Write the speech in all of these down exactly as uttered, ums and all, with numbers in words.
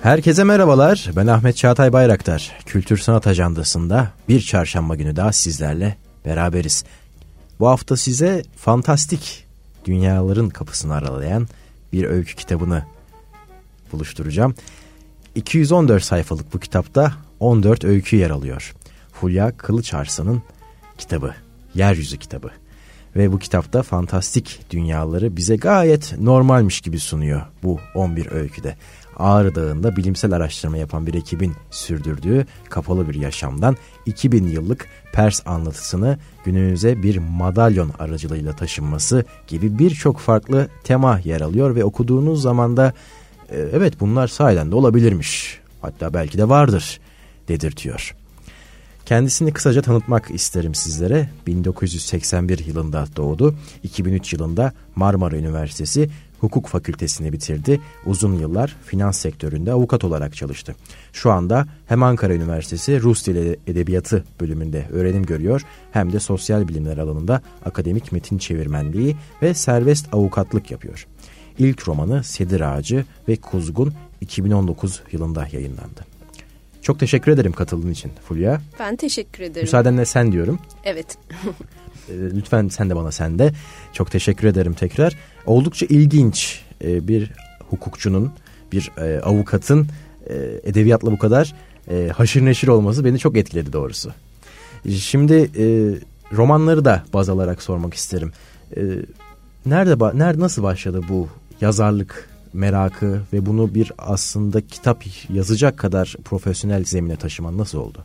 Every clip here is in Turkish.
Herkese merhabalar. Ben Ahmet Çağatay Bayraktar. Kültür Sanat Ajandası'nda bir çarşamba günü daha sizlerle beraberiz. Bu hafta size fantastik dünyaların kapısını aralayan bir öykü kitabını buluşturacağım. iki yüz on dört sayfalık bu kitapta on dört öykü yer alıyor. Fulya Kılıçarslan'ın kitabı, Yeryüzü kitabı. Ve bu kitapta fantastik dünyaları bize gayet normalmiş gibi sunuyor bu on bir öyküde. Ağrı Dağı'nda bilimsel araştırma yapan bir ekibin sürdürdüğü kapalı bir yaşamdan iki bin yıllık Pers anlatısını günümüze bir madalyon aracılığıyla taşınması gibi birçok farklı tema yer alıyor ve okuduğunuz zaman da e, evet bunlar sahiden de olabilirmiş, hatta belki de vardır dedirtiyor. Kendisini kısaca tanıtmak isterim sizlere. bin dokuz yüz seksen bir yılında doğdu. iki bin üç yılında Marmara Üniversitesi Hukuk Fakültesini bitirdi. Uzun yıllar finans sektöründe avukat olarak çalıştı. Şu anda hem Ankara Üniversitesi Rus Dili Edebiyatı bölümünde öğrenim görüyor, hem de sosyal bilimler alanında akademik metin çevirmenliği ve serbest avukatlık yapıyor. İlk romanı Sedir Ağacı ve Kuzgun iki bin on dokuz yılında yayınlandı. Çok teşekkür ederim katıldığın için Fulya. Ben teşekkür ederim. Müsaadenle sen diyorum. Evet. Lütfen sen de bana sen de. Çok teşekkür ederim tekrar. Oldukça ilginç bir hukukçunun, bir avukatın edebiyatla bu kadar haşır neşir olması beni çok etkiledi doğrusu. Şimdi romanları da baz alarak sormak isterim. Nerede, nerede nasıl başladı bu yazarlık merakı ve bunu bir aslında kitap yazacak kadar profesyonel zemine taşıman nasıl oldu?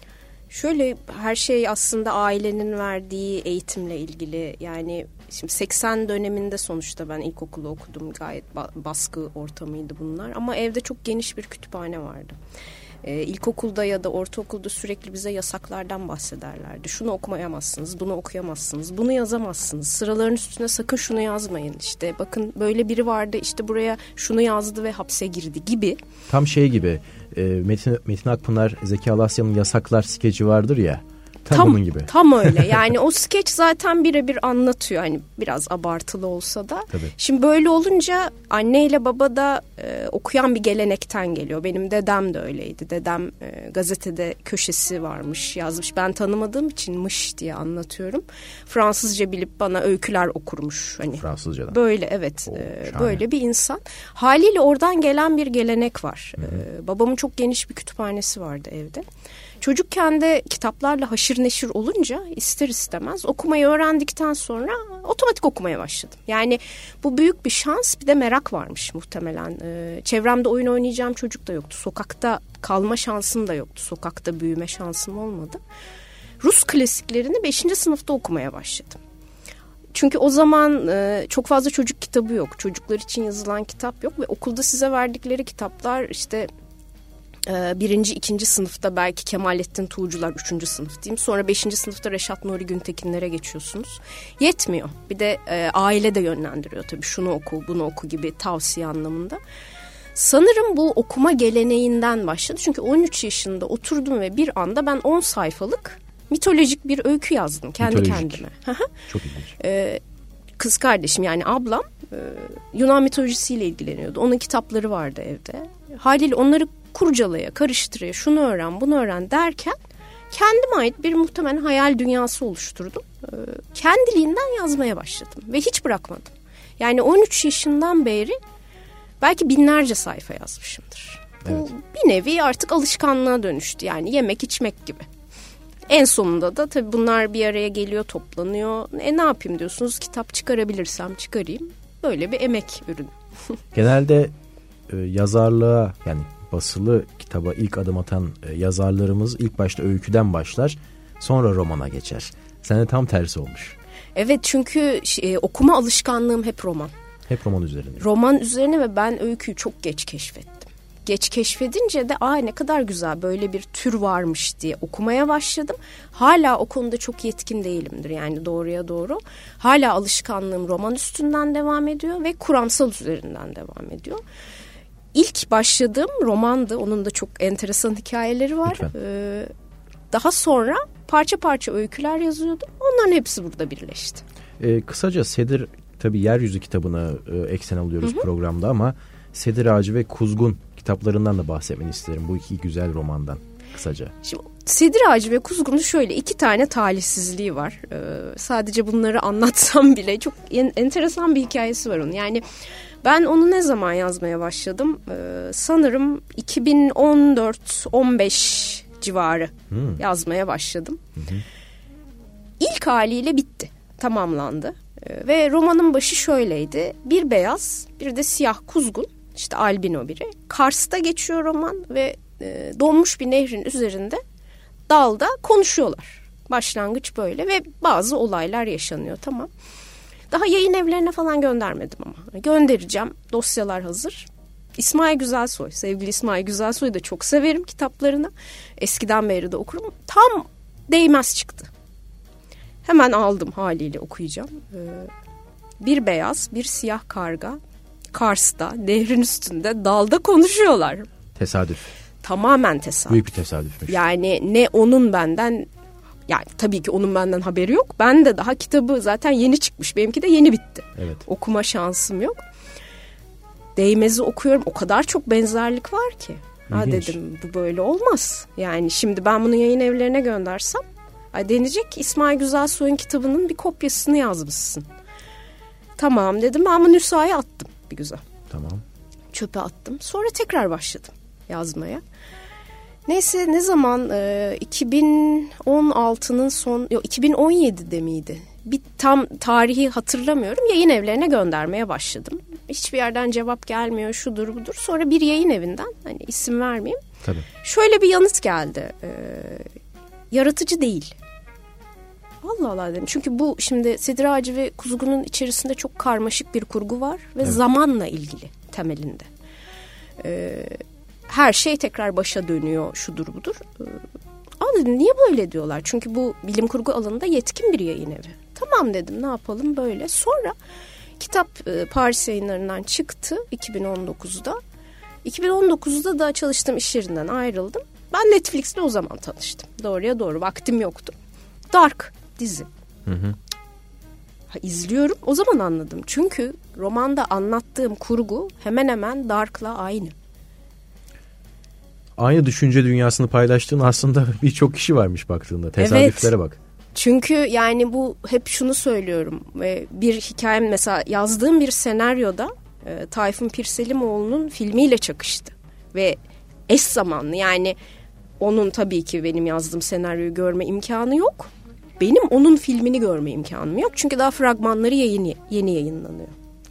Şöyle, her şey aslında ailenin verdiği eğitimle ilgili. Yani şimdi seksen döneminde sonuçta ben ilkokulu okudum. Gayet baskı ortamıydı bunlar. Ama evde çok geniş bir kütüphane vardı. Ee, ilkokulda ya da ortaokulda sürekli bize yasaklardan bahsederlerdi. Şunu okuyamazsınız, bunu okuyamazsınız, bunu yazamazsınız. Sıraların üstüne sakın şunu yazmayın. İşte bakın böyle biri vardı, işte buraya şunu yazdı ve hapse girdi gibi. Tam şey gibi, e, Metin, Metin Akpınar, Zeki Alasya'nın Yasaklar skeci vardır ya. Tam, tam onun gibi. Tam öyle. Yani o skeç zaten birebir anlatıyor. Hani biraz abartılı olsa da. Tabii. Şimdi böyle olunca anneyle baba da e, okuyan bir gelenekten geliyor. Benim dedem de öyleydi. Dedem e, gazetede köşesi varmış, yazmış. Ben tanımadığım için mış diye anlatıyorum. Fransızca bilip bana öyküler okurmuş. Hani Fransızcadan. Böyle evet. Oo, e, böyle bir insan. Haliyle oradan gelen bir gelenek var. E, babamın çok geniş bir kütüphanesi vardı evde. Çocukken de kitaplarla haşır neşir olunca ister istemez okumayı öğrendikten sonra otomatik okumaya başladım. Yani bu büyük bir şans, bir de merak varmış muhtemelen. Ee, çevremde oyun oynayacağım çocuk da yoktu. Sokakta kalma şansım da yoktu. Sokakta büyüme şansım olmadı. Rus klasiklerini beşinci sınıfta okumaya başladım. Çünkü o zaman e, çok fazla çocuk kitabı yok. Çocuklar için yazılan kitap yok ve okulda size verdikleri kitaplar işte... Birinci, ikinci sınıfta belki Kemalettin Tuğcular, üçüncü sınıf diyeyim. Sonra beşinci sınıfta Reşat Nuri Güntekinlere geçiyorsunuz. Yetmiyor. Bir de e, aile de yönlendiriyor tabii. Şunu oku, bunu oku gibi tavsiye anlamında. Sanırım bu okuma geleneğinden başladı. Çünkü on üç yaşında oturdum ve bir anda ben on sayfalık mitolojik bir öykü yazdım kendi mitolojik. kendime. Çok ilginç. Ee, kız kardeşim yani ablam e, Yunan mitolojisiyle ilgileniyordu. Onun kitapları vardı evde. Haliyle onları kurcalaya, karıştıraya, şunu öğren, bunu öğren derken kendime ait bir muhtemelen hayal dünyası oluşturdum. Ee, kendiliğinden yazmaya başladım ve hiç bırakmadım. Yani on üç yaşından beri belki binlerce sayfa yazmışımdır. Evet. Bu bir nevi artık alışkanlığa dönüştü. Yani yemek, içmek gibi. En sonunda da tabii bunlar bir araya geliyor, toplanıyor. E ne yapayım diyorsunuz? Kitap çıkarabilirsem çıkarayım. Böyle bir emek ürünü. Genelde e, yazarlığa, yani basılı kitaba ilk adım atan e, yazarlarımız ilk başta öyküden başlar, sonra romana geçer. Sende tam tersi olmuş. Evet, çünkü e, okuma alışkanlığım hep roman. Hep roman üzerine. Roman üzerine ve ben öyküyü çok geç keşfettim. Geç keşfedince de aa ne kadar güzel, böyle bir tür varmış diye okumaya başladım. Hala o konuda çok yetkin değilimdir, yani doğruya doğru. Hala alışkanlığım roman üstünden devam ediyor ve kuramsal üzerinden devam ediyor. İlk başladığım romandı. Onun da çok enteresan hikayeleri var. Ee, daha sonra parça parça öyküler yazıyordum. Onların hepsi burada birleşti. Ee, kısaca Sedir, tabii Yeryüzü kitabını e, eksen alıyoruz hı hı. programda, ama Sedir Ağacı ve Kuzgun kitaplarından da bahsetmeni isterim. Bu iki güzel romandan kısaca. Şimdi Sedir Ağacı ve Kuzgun'un şöyle iki tane talihsizliği var. Ee, sadece bunları anlatsam bile çok en, enteresan bir hikayesi var onun. Yani ben onu ne zaman yazmaya başladım? Ee, sanırım iki bin on dört on beş civarı hmm. yazmaya başladım. Hmm. İlk haliyle bitti, tamamlandı. Ee, ve romanın başı şöyleydi. Bir beyaz, bir de siyah kuzgun, işte albino biri. Kars'ta geçiyor roman ve e, donmuş bir nehrin üzerinde dalda konuşuyorlar. Başlangıç böyle ve bazı olaylar yaşanıyor, tamam. Daha yayın evlerine falan göndermedim ama. Göndereceğim, dosyalar hazır. İsmail Güzelsoy, sevgili İsmail Güzelsoy'u da çok severim kitaplarını. Eskiden beri de okurum. Tam değmez çıktı. Hemen aldım, haliyle okuyacağım. Ee, bir beyaz, bir siyah karga Kars'ta, nehrin üstünde, dalda konuşuyorlar. Tesadüf. Tamamen tesadüf. Büyük bir tesadüfmüş. Yani ne onun benden, yani tabii ki onun benden haberi yok. Ben de daha kitabı zaten yeni çıkmış. Benimki de yeni bitti. Evet. Okuma şansım yok. Değmez'i okuyorum. O kadar çok benzerlik var ki. Ha dedim, bu böyle olmaz. Yani şimdi ben bunu yayın evlerine göndersem ay denecek ki İsmail Güzelsoy'un kitabının bir kopyasını yazmışsın. Tamam dedim, ben bunu Nüsha'ya attım bir güzel. Tamam. Çöpe attım. Sonra tekrar başladım yazmaya. Neyse, ne zaman e, iki bin on altının son, yok iki bin on yedide miydi? Bir tam tarihi hatırlamıyorum. Yayın evlerine göndermeye başladım. Hiçbir yerden cevap gelmiyor, şudur budur. Sonra bir yayın evinden, hani isim vermeyeyim. Tabii. Şöyle bir yanıt geldi. E, yaratıcı değil. Allah Allah dedim. Çünkü bu şimdi Sedir Ağacı ve Kuzgun'un içerisinde çok karmaşık bir kurgu var. Ve evet, zamanla ilgili temelinde. Ee, her şey tekrar başa dönüyor, şudur budur. Ee, Aa dedim, niye böyle diyorlar? Çünkü bu bilim kurgu alanında yetkin bir yayın evi. Tamam dedim, ne yapalım böyle. Sonra kitap e, Paris yayınlarından çıktı iki bin on dokuzda. iki bin on dokuzda da çalıştığım iş yerinden ayrıldım. Ben Netflix'le o zaman tanıştım. Doğruya doğru, vaktim yoktu. Dark dizi. Hı hı. Ha, izliyorum, o zaman anladım. Çünkü romanda anlattığım kurgu hemen hemen Dark'la aynı. Aynı düşünce dünyasını paylaştığın aslında birçok kişi varmış baktığında. Tesadüflere evet, bak. Çünkü yani bu, hep şunu söylüyorum. Bir hikayem mesela, yazdığım bir senaryoda e, Tayfun Pirselimoğlu'nun filmiyle çakıştı. Ve eş zamanlı, yani onun tabii ki benim yazdığım senaryoyu görme imkanı yok. Benim onun filmini görme imkanım yok. Çünkü daha fragmanları yayın, yeni yayınlanıyor.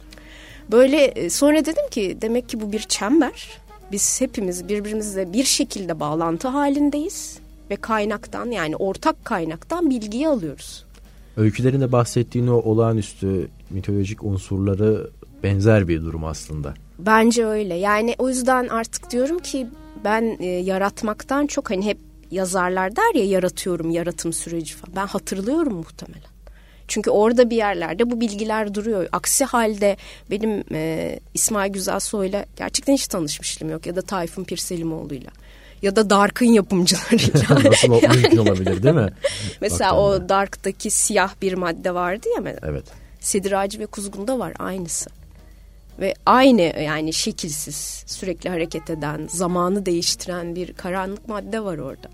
Böyle sonra dedim ki, demek ki bu bir çember. Biz hepimiz birbirimizle bir şekilde bağlantı halindeyiz. Ve kaynaktan, yani ortak kaynaktan bilgiyi alıyoruz. Öykülerinde bahsettiğin o olağanüstü mitolojik unsurları benzer bir durum aslında. Bence öyle. Yani o yüzden artık diyorum ki ben e, yaratmaktan çok, hani hep yazarlar der ya, yaratıyorum, yaratım süreci falan. Ben hatırlıyorum muhtemelen. Çünkü orada bir yerlerde bu bilgiler duruyor. Aksi halde benim e, İsmail Güzelsoy'la gerçekten hiç tanışmışlığım yok. Ya da Tayfun Pirselimoğlu'yla. Ya da Dark'ın yapımcılarıyla. Nasıl o yani, mümkün olabilir değil mi? Mesela baktığında, o Dark'taki siyah bir madde vardı ya. Evet. Sedir Ağacı ve Kuzgun'da var aynısı. Ve aynı, yani şekilsiz, sürekli hareket eden, zamanı değiştiren bir karanlık madde var orada.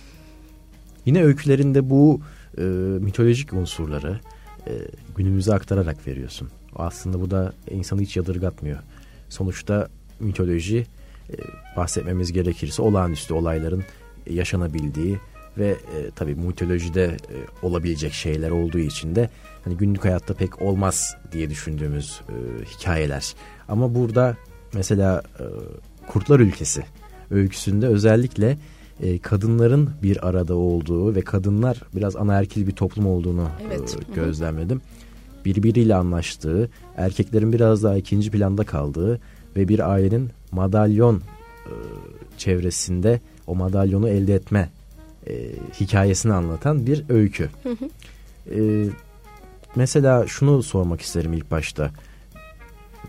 Yine öykülerinde bu e, mitolojik unsurları e, günümüze aktararak veriyorsun. Aslında bu da insanı hiç yadırgatmıyor. Sonuçta mitoloji, e, bahsetmemiz gerekirse, olağanüstü olayların yaşanabildiği ve e, tabii mitolojide e, olabilecek şeyler olduğu için de hani günlük hayatta pek olmaz diye düşündüğümüz e, hikayeler. Ama burada mesela e, Kurtlar Ülkesi öyküsünde özellikle e, kadınların bir arada olduğu ve kadınlar biraz anaerkil bir toplum olduğunu evet, e, gözlemledim. Birbiriyle anlaştığı, erkeklerin biraz daha ikinci planda kaldığı ve bir ailenin madalyon e, çevresinde o madalyonu elde etme e, hikayesini anlatan bir öykü. Hı hı. E, mesela şunu sormak isterim ilk başta. E,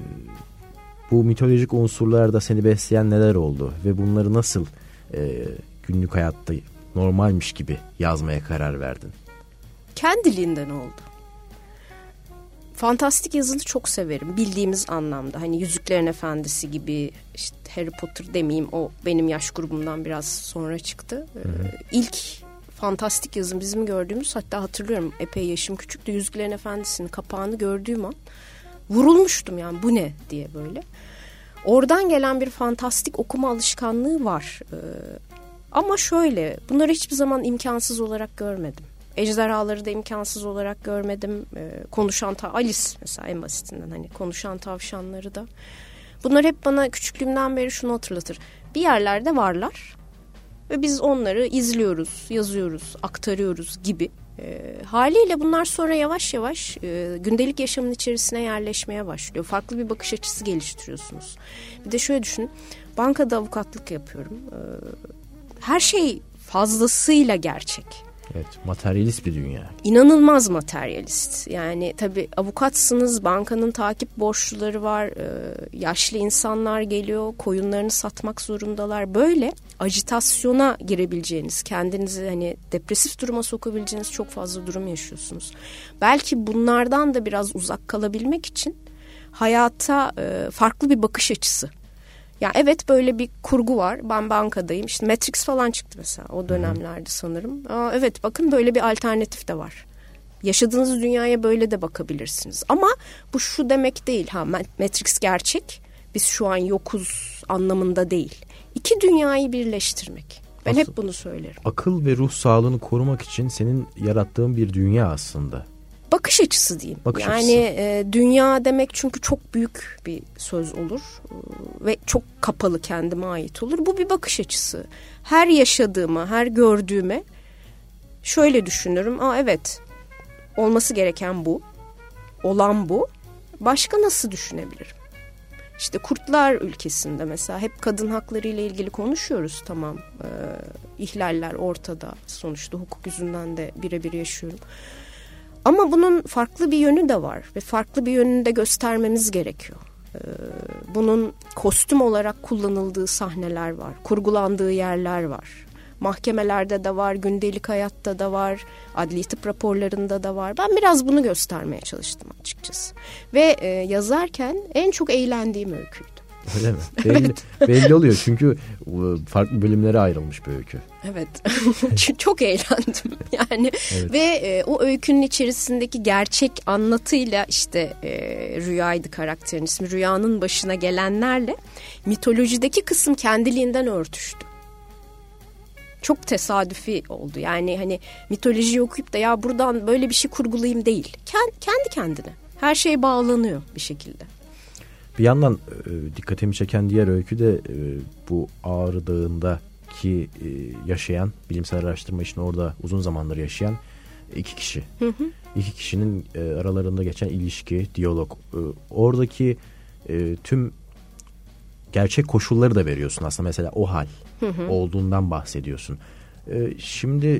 bu mitolojik unsurlarda seni besleyen neler oldu ve bunları nasıl e, günlük hayatta normalmiş gibi yazmaya karar verdin? Kendiliğinden oldu. fantastik yazını çok severim bildiğimiz anlamda. Hani Yüzüklerin Efendisi gibi, işte Harry Potter demeyeyim, o benim yaş grubumdan biraz sonra çıktı. Hı hı. İlk fantastik yazın bizim gördüğümüz, hatta hatırlıyorum epey yaşım küçüktü, Yüzüklerin Efendisi'nin kapağını gördüğüm an vurulmuştum yani, bu ne diye böyle. Oradan gelen bir fantastik okuma alışkanlığı var. Ee, ama şöyle, bunları hiçbir zaman imkansız olarak görmedim. Ejderhaları da imkansız olarak görmedim. Ee, konuşan ta Alice mesela en basitinden, hani konuşan tavşanları da. Bunlar hep bana küçüklüğümden beri şunu hatırlatır. Bir yerlerde varlar ve biz onları izliyoruz, yazıyoruz, aktarıyoruz gibi. E, haliyle bunlar sonra yavaş yavaş e, gündelik yaşamın içerisine yerleşmeye başlıyor. Farklı bir bakış açısı geliştiriyorsunuz. Bir de şöyle düşünün, bankada avukatlık yapıyorum. E, her şey fazlasıyla gerçek. Evet, materyalist bir dünya. İnanılmaz materyalist. Yani tabii avukatsınız, bankanın takip borçluları var, e, yaşlı insanlar geliyor, koyunlarını satmak zorundalar. Böyle ajitasyona girebileceğiniz, kendinizi hani depresif duruma sokabileceğiniz çok fazla durum yaşıyorsunuz. Belki bunlardan da biraz uzak kalabilmek için hayata e, farklı bir bakış açısı. Ya evet, böyle bir kurgu var. Ben bankadayım. İşte Matrix falan çıktı mesela o dönemlerde sanırım. Aa, evet, bakın böyle bir alternatif de var. Yaşadığınız dünyaya böyle de bakabilirsiniz. Ama bu şu demek değil. Ha, Matrix gerçek, biz şu an yokuz anlamında değil. İki dünyayı birleştirmek. Ben aslında hep bunu söylerim. Akıl ve ruh sağlığını korumak için senin yarattığın bir dünya aslında. Bakış açısı diyeyim. Bakış yani açısı. E, dünya demek çünkü çok büyük bir söz olur e, ve çok kapalı, kendime ait olur. Bu bir bakış açısı. Her yaşadığıma, her gördüğüme şöyle düşünürüm. Aa, evet, olması gereken bu, olan bu. Başka nasıl düşünebilirim? İşte Kurtlar Ülkesi'nde mesela hep kadın hakları ile ilgili konuşuyoruz, tamam. E, ihlaller ortada, sonuçta hukuk yüzünden de birebir yaşıyorum. Ama bunun farklı bir yönü de var ve farklı bir yönünü de göstermemiz gerekiyor. Ee, bunun kostüm olarak kullanıldığı sahneler var, kurgulandığı yerler var. Mahkemelerde de var, gündelik hayatta da var, adli tıp raporlarında da var. Ben biraz bunu göstermeye çalıştım açıkçası. Ve e, yazarken en çok eğlendiğim öyküydü. Öyle mi? Belli, evet. Belli oluyor çünkü farklı bölümlere ayrılmış bir öykü. Evet. Çok eğlendim yani. Evet. Ve e, o öykünün içerisindeki gerçek anlatıyla, işte e, Rüya'ydı karakterin ismi, Rüya'nın başına gelenlerle mitolojideki kısım kendiliğinden örtüştü. Çok tesadüfi oldu. Yani hani mitolojiyi okuyup da ya buradan böyle bir şey kurgulayayım değil. Kendi kendine. Her şey bağlanıyor bir şekilde. Bir yandan e, dikkatimi çeken diğer öykü de e, bu Ağrı Dağı'ndaki e, yaşayan, bilimsel araştırma için orada uzun zamandır yaşayan iki kişi. Hı hı. İki kişinin e, aralarında geçen ilişki, diyalog. E, oradaki e, tüm gerçek koşulları da veriyorsun aslında. Mesela o hal hı hı. olduğundan bahsediyorsun. E, şimdi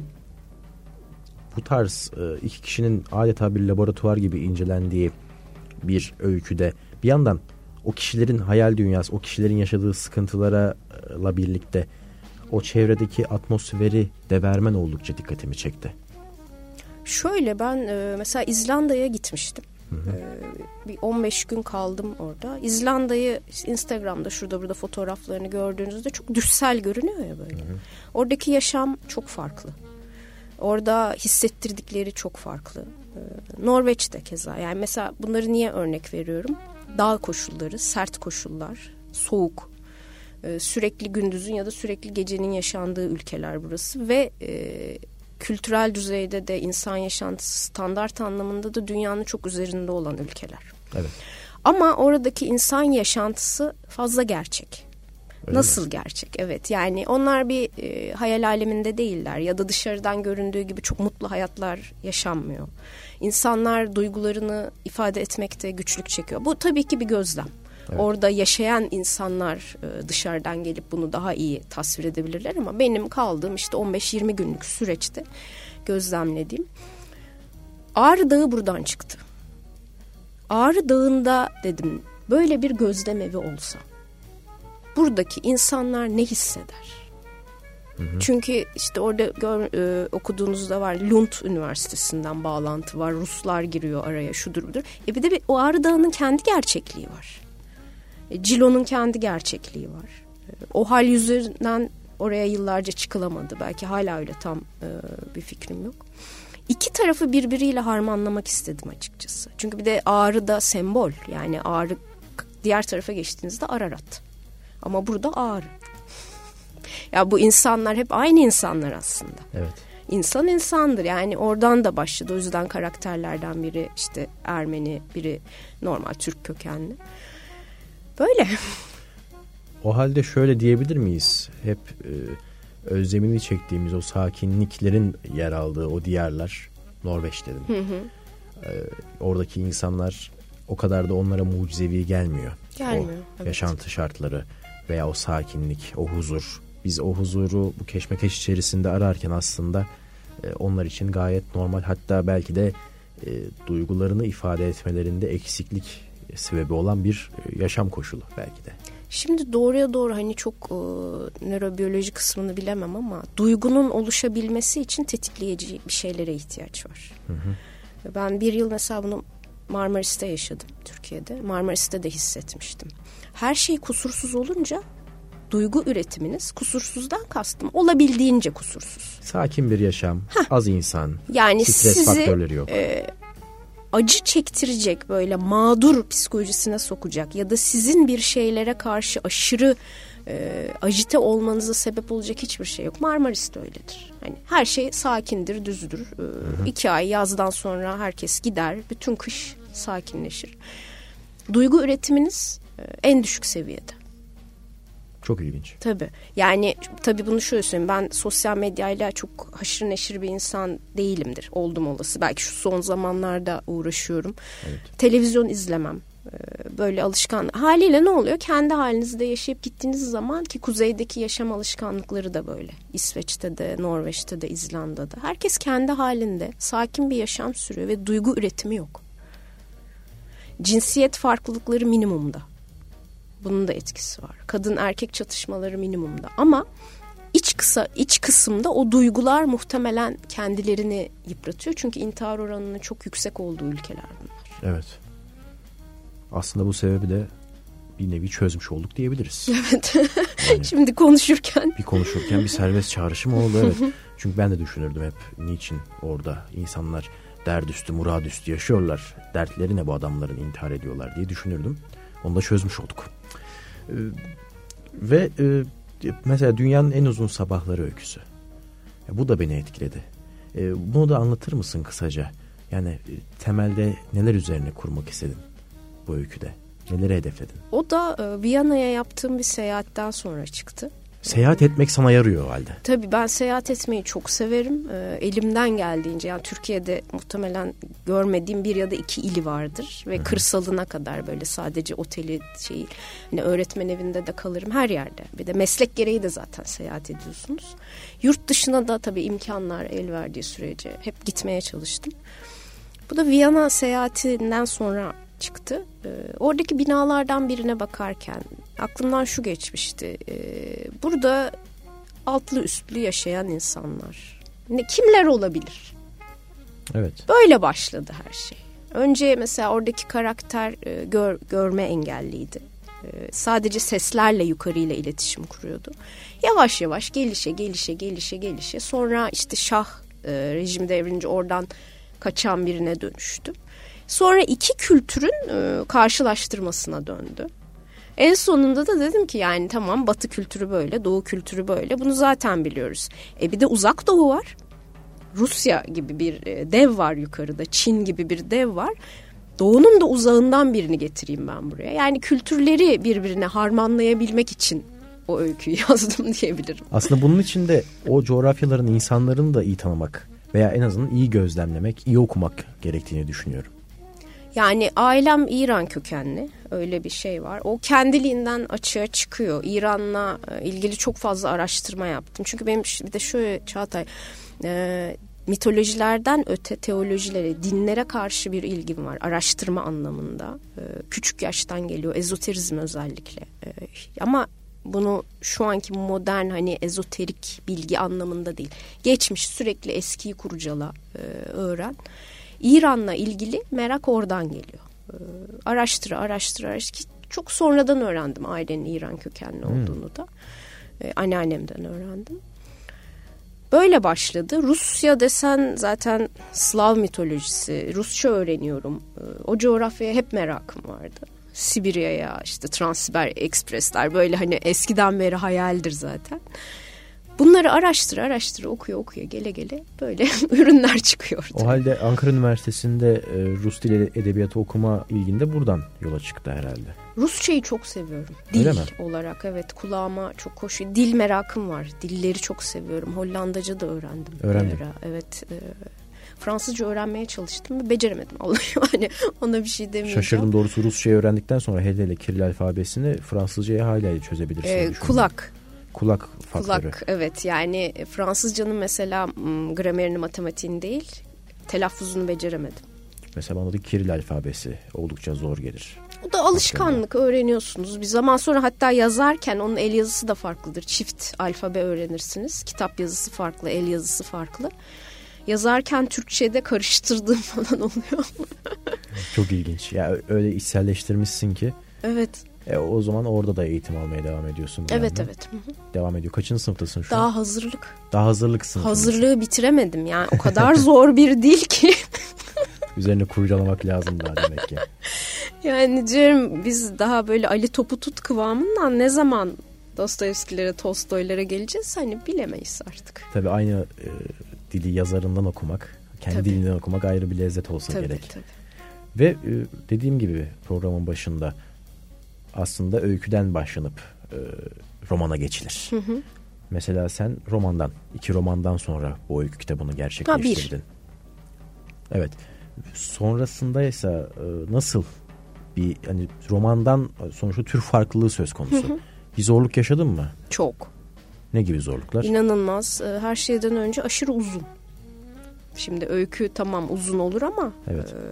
bu tarz e, iki kişinin adeta bir laboratuvar gibi incelendiği bir öyküde bir yandan o kişilerin hayal dünyası, o kişilerin yaşadığı sıkıntılarla birlikte o çevredeki atmosferi de vermen oldukça dikkatimi çekti. Şöyle, ben mesela İzlanda'ya gitmiştim. Hı hı. Bir on beş gün kaldım orada. İzlanda'yı Instagram'da şurada burada fotoğraflarını gördüğünüzde çok düşsel görünüyor ya böyle. Hı hı. Oradaki yaşam çok farklı. Orada hissettirdikleri çok farklı. Norveç'te keza. Yani mesela bunları niye örnek veriyorum? Dağ koşulları, sert koşullar, soğuk, sürekli gündüzün ya da sürekli gecenin yaşandığı ülkeler burası ve e, kültürel düzeyde de insan yaşantısı standart anlamında da dünyanın çok üzerinde olan ülkeler. Evet. Ama oradaki insan yaşantısı fazla gerçek. Öyle Nasıl mi? Gerçek? Evet. Yani onlar bir e, hayal aleminde değiller ya da dışarıdan göründüğü gibi çok mutlu hayatlar yaşanmıyor. İnsanlar duygularını ifade etmekte güçlük çekiyor. Bu tabii ki bir gözlem. Evet. Orada yaşayan insanlar e, dışarıdan gelip bunu daha iyi tasvir edebilirler ama benim kaldığım işte on beş yirmi günlük süreçte gözlemlediğim Ağrı Dağı buradan çıktı. Ağrı Dağı'nda dedim, böyle bir gözlem evi olsa buradaki insanlar ne hisseder? Hı hı. Çünkü işte orada gör, e, okuduğunuzda var, Lund Üniversitesi'nden bağlantı var. Ruslar giriyor araya, şudur budur. E bir de bir, o Ağrı Dağı'nın kendi gerçekliği var. E, Cilo'nun kendi gerçekliği var. E, o hal yüzünden oraya yıllarca çıkılamadı. Belki hala öyle, tam e, bir fikrim yok. İki tarafı birbiriyle harmanlamak istedim açıkçası. Çünkü bir de Ağrı da sembol. Yani Ağrı, diğer tarafa geçtiğinizde Ararat. Ama burada Ağrı. Ya bu insanlar hep aynı insanlar aslında. Evet. İnsan insandır. Yani oradan da başladı. O yüzden karakterlerden biri işte Ermeni, biri normal Türk kökenli. Böyle. O halde şöyle diyebilir miyiz? Hep e, özlemini çektiğimiz o sakinliklerin yer aldığı o diyarlar, Norveç dedim. Hı hı. E, oradaki insanlar o kadar da onlara mucizevi gelmiyor. Gelmiyor. O evet. yaşantı şartları veya o sakinlik, o huzur. Biz o huzuru bu keşmekeş içerisinde ararken aslında e, onlar için gayet normal. Hatta belki de e, duygularını ifade etmelerinde eksiklik sebebi olan bir e, yaşam koşulu belki de. Şimdi doğruya doğru hani çok e, nörobiyoloji kısmını bilemem ama duygunun oluşabilmesi için tetikleyici bir şeylere ihtiyaç var. Hı hı. Ben bir yıl mesela bunu Marmaris'te yaşadım, Türkiye'de. Marmaris'te de hissetmiştim. Her şey kusursuz olunca duygu üretiminiz, kusursuzdan kastım olabildiğince kusursuz. Sakin bir yaşam, Heh. az insan, yani stres sizi, faktörleri yok. E, acı çektirecek, böyle mağdur psikolojisine sokacak ya da sizin bir şeylere karşı aşırı e, ajite olmanıza sebep olacak hiçbir şey yok. Marmaris'te öyledir. Hani her şey sakindir, düzdür. E, iki ay yazdan sonra herkes gider, bütün kış sakinleşir. Duygu üretiminiz e, en düşük seviyede. Çok ilginç. Tabii. Yani tabii bunu şöyle söyleyeyim. Ben sosyal medyayla çok haşır neşir bir insan değilimdir. Oldum olası. Belki şu son zamanlarda uğraşıyorum. Evet. Televizyon izlemem. Böyle alışkan. Haliyle ne oluyor? Kendi halinizde yaşayıp gittiğiniz zaman, ki kuzeydeki yaşam alışkanlıkları da böyle. İsveç'te de, Norveç'te de, İzlanda'da. Herkes kendi halinde sakin bir yaşam sürüyor ve duygu üretimi yok. Cinsiyet farklılıkları minimumda. Bunun da etkisi var. Kadın erkek çatışmaları minimumda. Ama iç kısa iç kısımda o duygular muhtemelen kendilerini yıpratıyor. Çünkü intihar oranının çok yüksek olduğu ülkeler bunlar. Evet. Aslında bu sebebi de bir nevi çözmüş olduk diyebiliriz. Evet. Yani şimdi konuşurken. Bir konuşurken bir serbest çağrışım oldu, evet. Çünkü ben de düşünürdüm hep, niçin orada insanlar derdüstü, muradüstü yaşıyorlar. Dertleri ne bu adamların, intihar ediyorlar diye düşünürdüm. Onu da çözmüş olduk. Ee, ve e, mesela dünyanın en uzun sabahları öyküsü. Ya, bu da beni etkiledi. Ee, bunu da anlatır mısın kısaca? Yani e, temelde neler üzerine kurmak istedin bu öyküde? Neleri hedefledin? O da e, Viyana'ya yaptığım bir seyahatten sonra çıktı. Seyahat etmek sana yarıyor o halde. Tabii ben seyahat etmeyi çok severim. E, elimden geldiğince, yani Türkiye'de muhtemelen görmediğim bir ya da iki ili vardır. Ve Hı-hı. kırsalına kadar, böyle sadece oteli şey, hani öğretmen evinde de kalırım, her yerde. Bir de meslek gereği de zaten seyahat ediyorsunuz. Yurt dışına da tabii imkanlar el verdiği sürece hep gitmeye çalıştım. Bu da Viyana seyahatinden sonra çıktı. Ee, oradaki binalardan birine bakarken aklımdan şu geçmişti. Ee, burada altlı üstlü yaşayan insanlar. Ne, kimler olabilir? Evet. Böyle başladı her şey. Önce mesela oradaki karakter e, gör, görme engelliydi. E, sadece seslerle yukarıyla iletişim kuruyordu. Yavaş yavaş gelişe gelişe gelişe gelişe sonra işte Şah e, rejimi devrince oradan kaçan birine dönüştü. Sonra iki kültürün e, karşılaştırmasına döndü. En sonunda da dedim ki yani tamam, Batı kültürü böyle, Doğu kültürü böyle. Bunu zaten biliyoruz. E bir de Uzak Doğu var. Rusya gibi bir e, dev var yukarıda. Çin gibi bir dev var. Doğu'nun da uzağından birini getireyim ben buraya. Yani kültürleri birbirine harmanlayabilmek için o öyküyü yazdım diyebilirim. Aslında bunun için de o coğrafyaların insanlarını da iyi tanımak veya en azından iyi gözlemlemek, iyi okumak gerektiğini düşünüyorum. Yani ailem İran kökenli, öyle bir şey var. O kendiliğinden açığa çıkıyor. İran'la ilgili çok fazla araştırma yaptım. Çünkü benim bir de şöyle Çağatay, e, mitolojilerden öte teolojilere, dinlere karşı bir ilgim var. Araştırma anlamında. E, küçük yaştan geliyor, ezoterizm özellikle. E, ama Bunu şu anki modern hani ezoterik bilgi anlamında değil. Geçmiş, sürekli eskiyi kurcala, e, öğren. İran'la ilgili merak oradan geliyor. E, araştır, araştır, araştır. Çok sonradan öğrendim ailenin İran kökenli olduğunu hmm. da. E, anneannemden öğrendim. Böyle başladı. Rusya desen zaten Slav mitolojisi. Rusça öğreniyorum. E, o coğrafyaya hep merakım vardı. Sibirya'ya, işte Transsiber Ekspresler, böyle hani eskiden beri hayaldir zaten. Bunları araştır araştır okuyor okuyor gele gele böyle ürünler çıkıyor. O halde Ankara Üniversitesi'nde e, Rus dili edebiyatı okuma ilginde buradan yola çıktı herhalde. Rusçayı çok seviyorum. Dil olarak evet, kulağıma çok hoş. Dil merakım var. Dilleri çok seviyorum. Hollandaca da öğrendim. Öğrendim. Evet. E, Fransızca öğrenmeye çalıştım. Beceremedim. Hani ona bir şey demeyeceğim. Şaşırdım doğrusu, Rusçayı öğrendikten sonra hele hele Kiril alfabesini Fransızca'ya hala çözebilirsin. Ee, kulak. Kulak faktörü. Kulak, evet, yani Fransızcanın mesela gramerini, matematiğini değil, telaffuzunu beceremedim. Mesela bana da Kiril alfabesi oldukça zor gelir. O da alışkanlık, öğreniyorsunuz. Bir zaman sonra hatta yazarken onun el yazısı da farklıdır. Çift alfabe öğrenirsiniz. Kitap yazısı farklı, el yazısı farklı. Yazarken Türkçe'de karıştırdığım falan oluyor. Çok ilginç. Ya öyle içselleştirmişsin ki. Evet. E, o zaman orada da eğitim almaya devam ediyorsun. Evet yandan. Evet. Hı hı. Devam ediyor. Kaçıncı sınıftasın şu Daha an? Daha hazırlık. Daha hazırlık sınıfı. Hazırlığı bitiremedim yani. O kadar zor bir dil ki. Üzerine kurcalamak lazım daha demek ki. Yani diyorum, biz daha böyle Ali Topu Tut kıvamından ne zaman Dostoyevskilere, Tolstoylara geleceğiz hani bilemeyiz artık. Tabii aynı e, dili yazarından okumak, kendi tabii. dilinden okumak ayrı bir lezzet olsa tabii, gerek. Tabii. Ve e, dediğim gibi programın başında aslında öyküden başlanıp e, romana geçilir. Hı hı. Mesela sen romandan, iki romandan sonra bu öykü kitabını gerçekleştirdin. Ha, bir. Evet. Sonrasında ise e, nasıl bir, hani romandan sonuçta tür farklılığı söz konusu. Hı hı. Bir zorluk yaşadın mı? Çok. Ne gibi zorluklar? İnanılmaz. Her şeyden önce aşırı uzun. Şimdi öykü tamam uzun olur ama evet. e,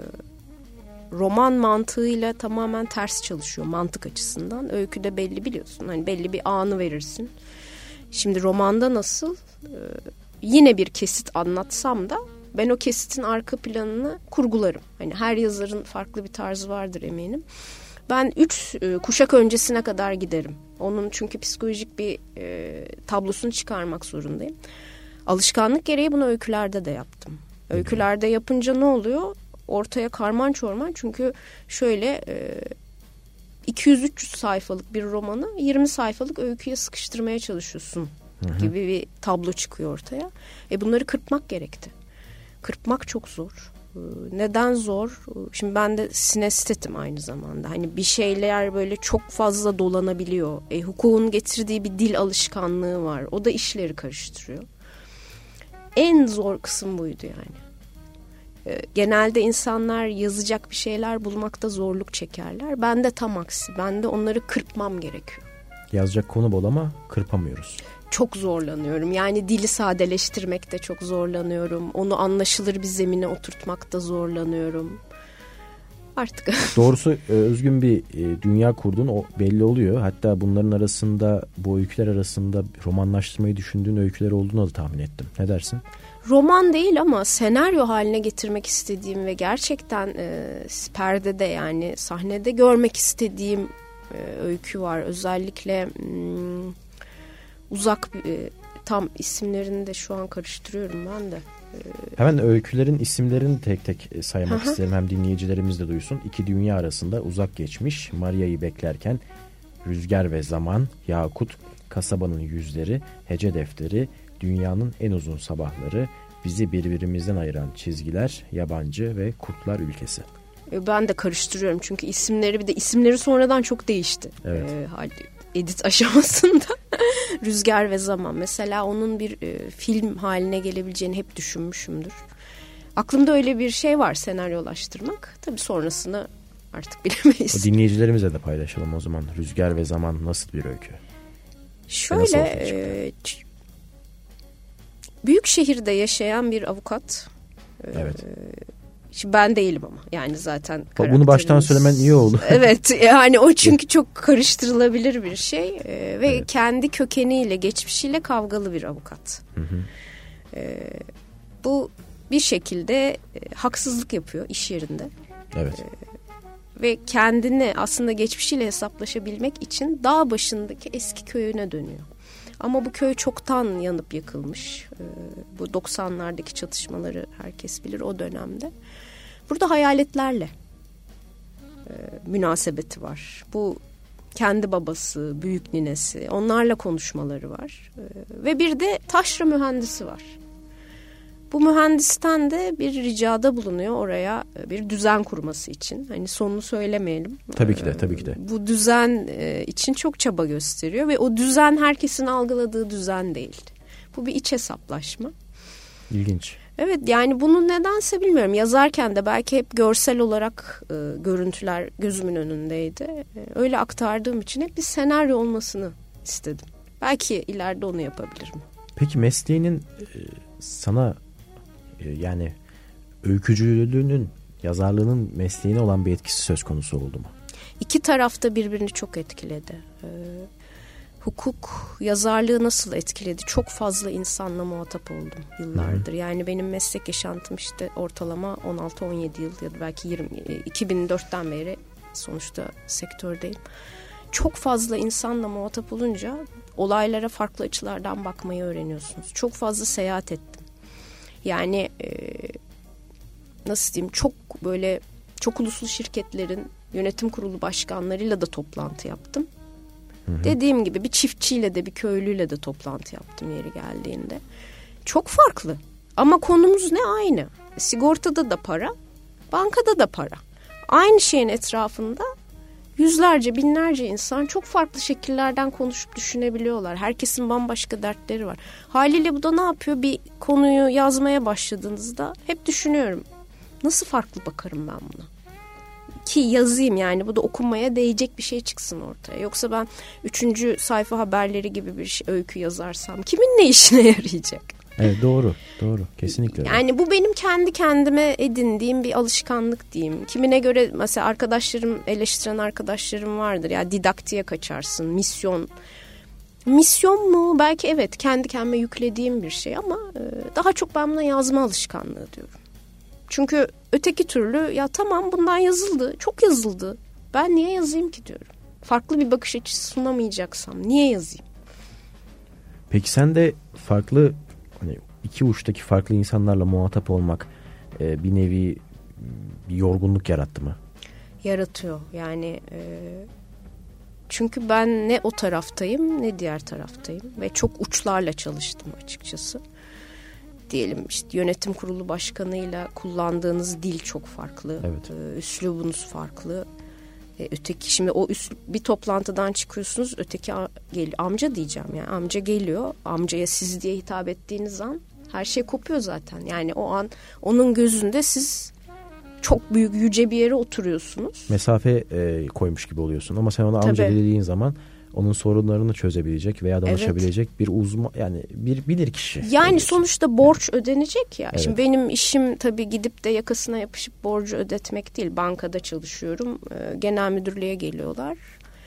roman mantığıyla tamamen ters çalışıyor mantık açısından. Öyküde belli, biliyorsun. Hani belli bir anı verirsin. Şimdi romanda nasıl? E, yine bir kesit anlatsam da ben o kesitin arka planını kurgularım. Hani her yazarın farklı bir tarzı vardır eminim. Ben üç e, kuşak öncesine kadar giderim. Onun çünkü psikolojik bir e, tablosunu çıkarmak zorundayım. Alışkanlık gereği bunu öykülerde de yaptım. Öykülerde yapınca ne oluyor? Ortaya karman çorman, çünkü şöyle e, iki yüz üç yüz sayfalık bir romanı yirmi sayfalık öyküye sıkıştırmaya çalışıyorsun hı hı. gibi bir tablo çıkıyor ortaya. E bunları kırpmak gerekti. Kırpmak çok zor. Neden zor? Şimdi ben de sinestetim aynı zamanda. Hani bir şeyler böyle çok fazla dolanabiliyor. E, hukukun getirdiği bir dil alışkanlığı var. O da işleri karıştırıyor. En zor kısım buydu yani. E, genelde insanlar yazacak bir şeyler bulmakta zorluk çekerler. Ben de tam aksi. Ben de onları kırpmam gerekiyor. Yazacak konu bol ama kırpamıyoruz. Çok zorlanıyorum. Yani dili sadeleştirmekte çok zorlanıyorum. Onu anlaşılır bir zemine oturtmakta zorlanıyorum. Artık. Doğrusu özgün bir dünya kurdun, o belli oluyor. Hatta bunların arasında, bu öyküler arasında romanlaştırmayı düşündüğün öyküler olduğunu da tahmin ettim. Ne dersin? Roman değil ama senaryo haline getirmek istediğim ve gerçekten e, perdede, yani sahnede görmek istediğim e, öykü var. Özellikle Hmm, Uzak, e, tam isimlerini de şu an karıştırıyorum ben de. E, Hemen öykülerin isimlerini tek tek saymak aha. isterim. Hem dinleyicilerimiz de duysun. İki dünya arasında, uzak geçmiş, Maria'yı beklerken, Rüzgar ve Zaman, Yakut, Kasabanın yüzleri, Hece defteri, Dünyanın en uzun sabahları, Bizi birbirimizden ayıran çizgiler, Yabancı ve Kurtlar Ülkesi. E, ben de karıştırıyorum çünkü isimleri, bir de isimleri sonradan çok değişti. Evet. E, edit aşamasında. Rüzgar ve Zaman mesela, onun bir e, film haline gelebileceğini hep düşünmüşümdür. Aklımda öyle bir şey var, senaryolaştırmak. Tabii sonrasını artık bilemeyiz. O dinleyicilerimize de paylaşalım o zaman. Rüzgar ve Zaman nasıl bir öykü? Şöyle e, büyük şehirde yaşayan bir avukat. Evet. E, Şimdi ben değilim ama yani zaten. Bunu baştan söylemen iyi oldu. Evet yani o çünkü çok karıştırılabilir bir şey ee, ve evet. kendi kökeniyle, geçmişiyle kavgalı bir avukat. Hı hı. Ee, bu bir şekilde e, haksızlık yapıyor iş yerinde. Evet. Ee, ve kendini aslında geçmişiyle hesaplaşabilmek için dağ başındaki eski köyüne dönüyor. Ama bu köy çoktan yanıp yakılmış. Ee, bu doksanlardaki çatışmaları herkes bilir o dönemde. Burada hayaletlerle e, münasebeti var. Bu kendi babası, büyük ninesi, onlarla konuşmaları var. E, ve bir de taşra mühendisi var. Bu mühendisten de bir ricada bulunuyor oraya bir düzen kurması için. Hani sonunu söylemeyelim. Tabii ki de, tabii ki de. Bu düzen için çok çaba gösteriyor ve o düzen herkesin algıladığı düzen değil. Bu bir iç hesaplaşma. İlginç. Evet yani bunu nedense bilmiyorum. Yazarken de belki hep görsel olarak e, görüntüler gözümün önündeydi. E, öyle aktardığım için hep bir senaryo olmasını istedim. Belki ileride onu yapabilirim. Peki mesleğinin e, sana e, yani öykücülüğünün, yazarlığının mesleğine olan bir etkisi söz konusu oldu mu? İki tarafta birbirini çok etkiledi. Ee, hukuk yazarlığı nasıl etkiledi? Çok fazla insanla muhatap oldum yıllardır. Hı. Yani benim meslek yaşantım işte ortalama on altı on yedi yıl ya da belki yirmi, iki bin dörtten beri sonuçta sektördeyim. Çok fazla insanla muhatap olunca olaylara farklı açılardan bakmayı öğreniyorsunuz. Çok fazla seyahat ettim. Yani e, nasıl diyeyim, çok böyle çok uluslu şirketlerin yönetim kurulu başkanlarıyla da toplantı yaptım. Hı hı. Dediğim gibi bir çiftçiyle de bir köylüyle de toplantı yaptım yeri geldiğinde. Çok farklı ama konumuz ne aynı. Sigortada da para, bankada da para. Aynı şeyin etrafında yüzlerce, binlerce insan çok farklı şekillerden konuşup düşünebiliyorlar. Herkesin bambaşka dertleri var. Haliyle bu da ne yapıyor? Bir konuyu yazmaya başladığınızda hep düşünüyorum. Nasıl farklı bakarım ben buna? Ki yazayım yani bu da okunmaya değecek bir şey çıksın ortaya. Yoksa ben üçüncü sayfa haberleri gibi bir şey, öykü yazarsam kimin ne işine yarayacak? Evet doğru doğru kesinlikle öyle. Yani bu benim kendi kendime edindiğim bir alışkanlık diyeyim. Kimine göre mesela arkadaşlarım, eleştiren arkadaşlarım vardır. Ya didaktiğe kaçarsın, misyon. Misyon mu? Belki evet kendi kendime yüklediğim bir şey ama daha çok ben buna yazma alışkanlığı diyorum. Çünkü öteki türlü ya tamam bundan yazıldı, çok yazıldı. Ben niye yazayım ki diyorum. Farklı bir bakış açısı sunamayacaksam niye yazayım? Peki sen de farklı hani iki uçtaki farklı insanlarla muhatap olmak e, bir nevi bir yorgunluk yarattı mı? Yaratıyor yani e, çünkü ben ne o taraftayım ne diğer taraftayım ve çok uçlarla çalıştım açıkçası. Diyelim işte yönetim kurulu başkanıyla kullandığınız dil çok farklı. Evet. Ee, üslubunuz farklı. Ee, öteki şimdi o üslup, bir toplantıdan çıkıyorsunuz öteki geliyor. Amca diyeceğim yani amca geliyor. Amcaya siz diye hitap ettiğiniz an her şey kopuyor zaten. Yani o an onun gözünde siz çok büyük yüce bir yere oturuyorsunuz. Mesafe e, koymuş gibi oluyorsun ama sen ona amca Tabii. dediğin zaman onun sorunlarını çözebilecek veya danışabilecek evet. bir uzman yani bir bilir kişi. Yani oluyorsun. Sonuçta borç yani. ödenecek ya. Evet. Şimdi benim işim tabii gidip de yakasına yapışıp borcu ödetmek değil. Bankada çalışıyorum. Ee, genel müdürlüğe geliyorlar.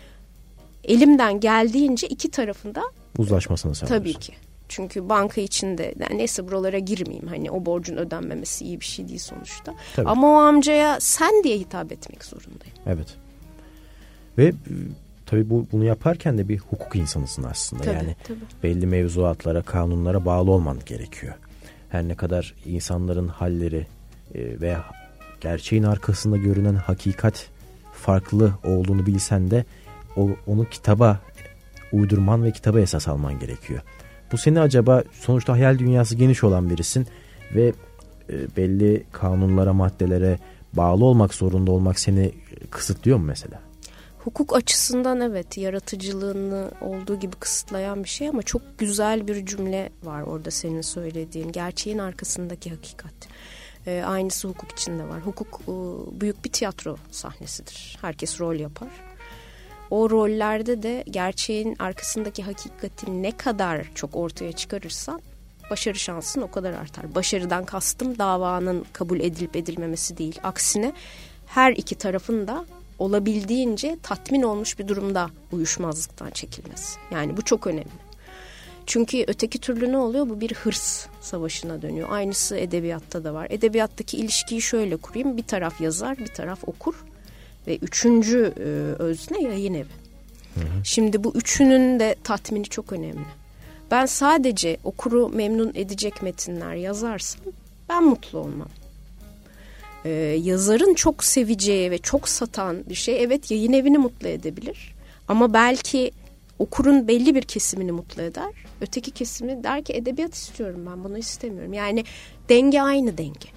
Elimden geldiğince iki tarafında uzlaşmasını sağlıyorsun. Tabii ki. Çünkü banka içinde yani neyse buralara girmeyeyim. Hani o borcun ödenmemesi iyi bir şey değil sonuçta. Tabii. Ama o amcaya sen diye hitap etmek zorundayım. Evet. Ve tabii bu, bunu yaparken de bir hukuk insanısın aslında. Tabii, yani tabii. belli mevzuatlara, kanunlara bağlı olman gerekiyor. Her ne kadar insanların halleri e, veya gerçeğin arkasında görünen hakikat farklı olduğunu bilsen de o, onu kitaba uydurman ve kitaba esas alman gerekiyor. Bu seni acaba sonuçta hayal dünyası geniş olan birisin ve e, belli kanunlara, maddelere bağlı olmak zorunda olmak seni kısıtlıyor mu mesela? Hukuk açısından evet yaratıcılığını olduğu gibi kısıtlayan bir şey ama çok güzel bir cümle var orada senin söylediğin. Gerçeğin arkasındaki hakikat. Ee, aynısı hukuk içinde var. Hukuk e, büyük bir tiyatro sahnesidir. Herkes rol yapar. O rollerde de gerçeğin arkasındaki hakikati ne kadar çok ortaya çıkarırsan başarı şansın o kadar artar. Başarıdan kastım davanın kabul edilip edilmemesi değil. Aksine her iki tarafın da olabildiğince tatmin olmuş bir durumda uyuşmazlıktan çekilmesi. Yani bu çok önemli. Çünkü öteki türlü ne oluyor? Bu bir hırs savaşına dönüyor. Aynısı edebiyatta da var. Edebiyattaki ilişkiyi şöyle kurayım. Bir taraf yazar, bir taraf okur. Ve üçüncü e, özne yayın evi. Hı hı. Şimdi bu üçünün de tatmini çok önemli. Ben sadece okuru memnun edecek metinler yazarsam ben mutlu olmam. Ee, yazarın çok seveceği ve çok satan bir şey evet yayın evini mutlu edebilir. Ama belki okurun belli bir kesimini mutlu eder. Öteki kesimi der ki edebiyat istiyorum, ben bunu istemiyorum. Yani denge aynı denge.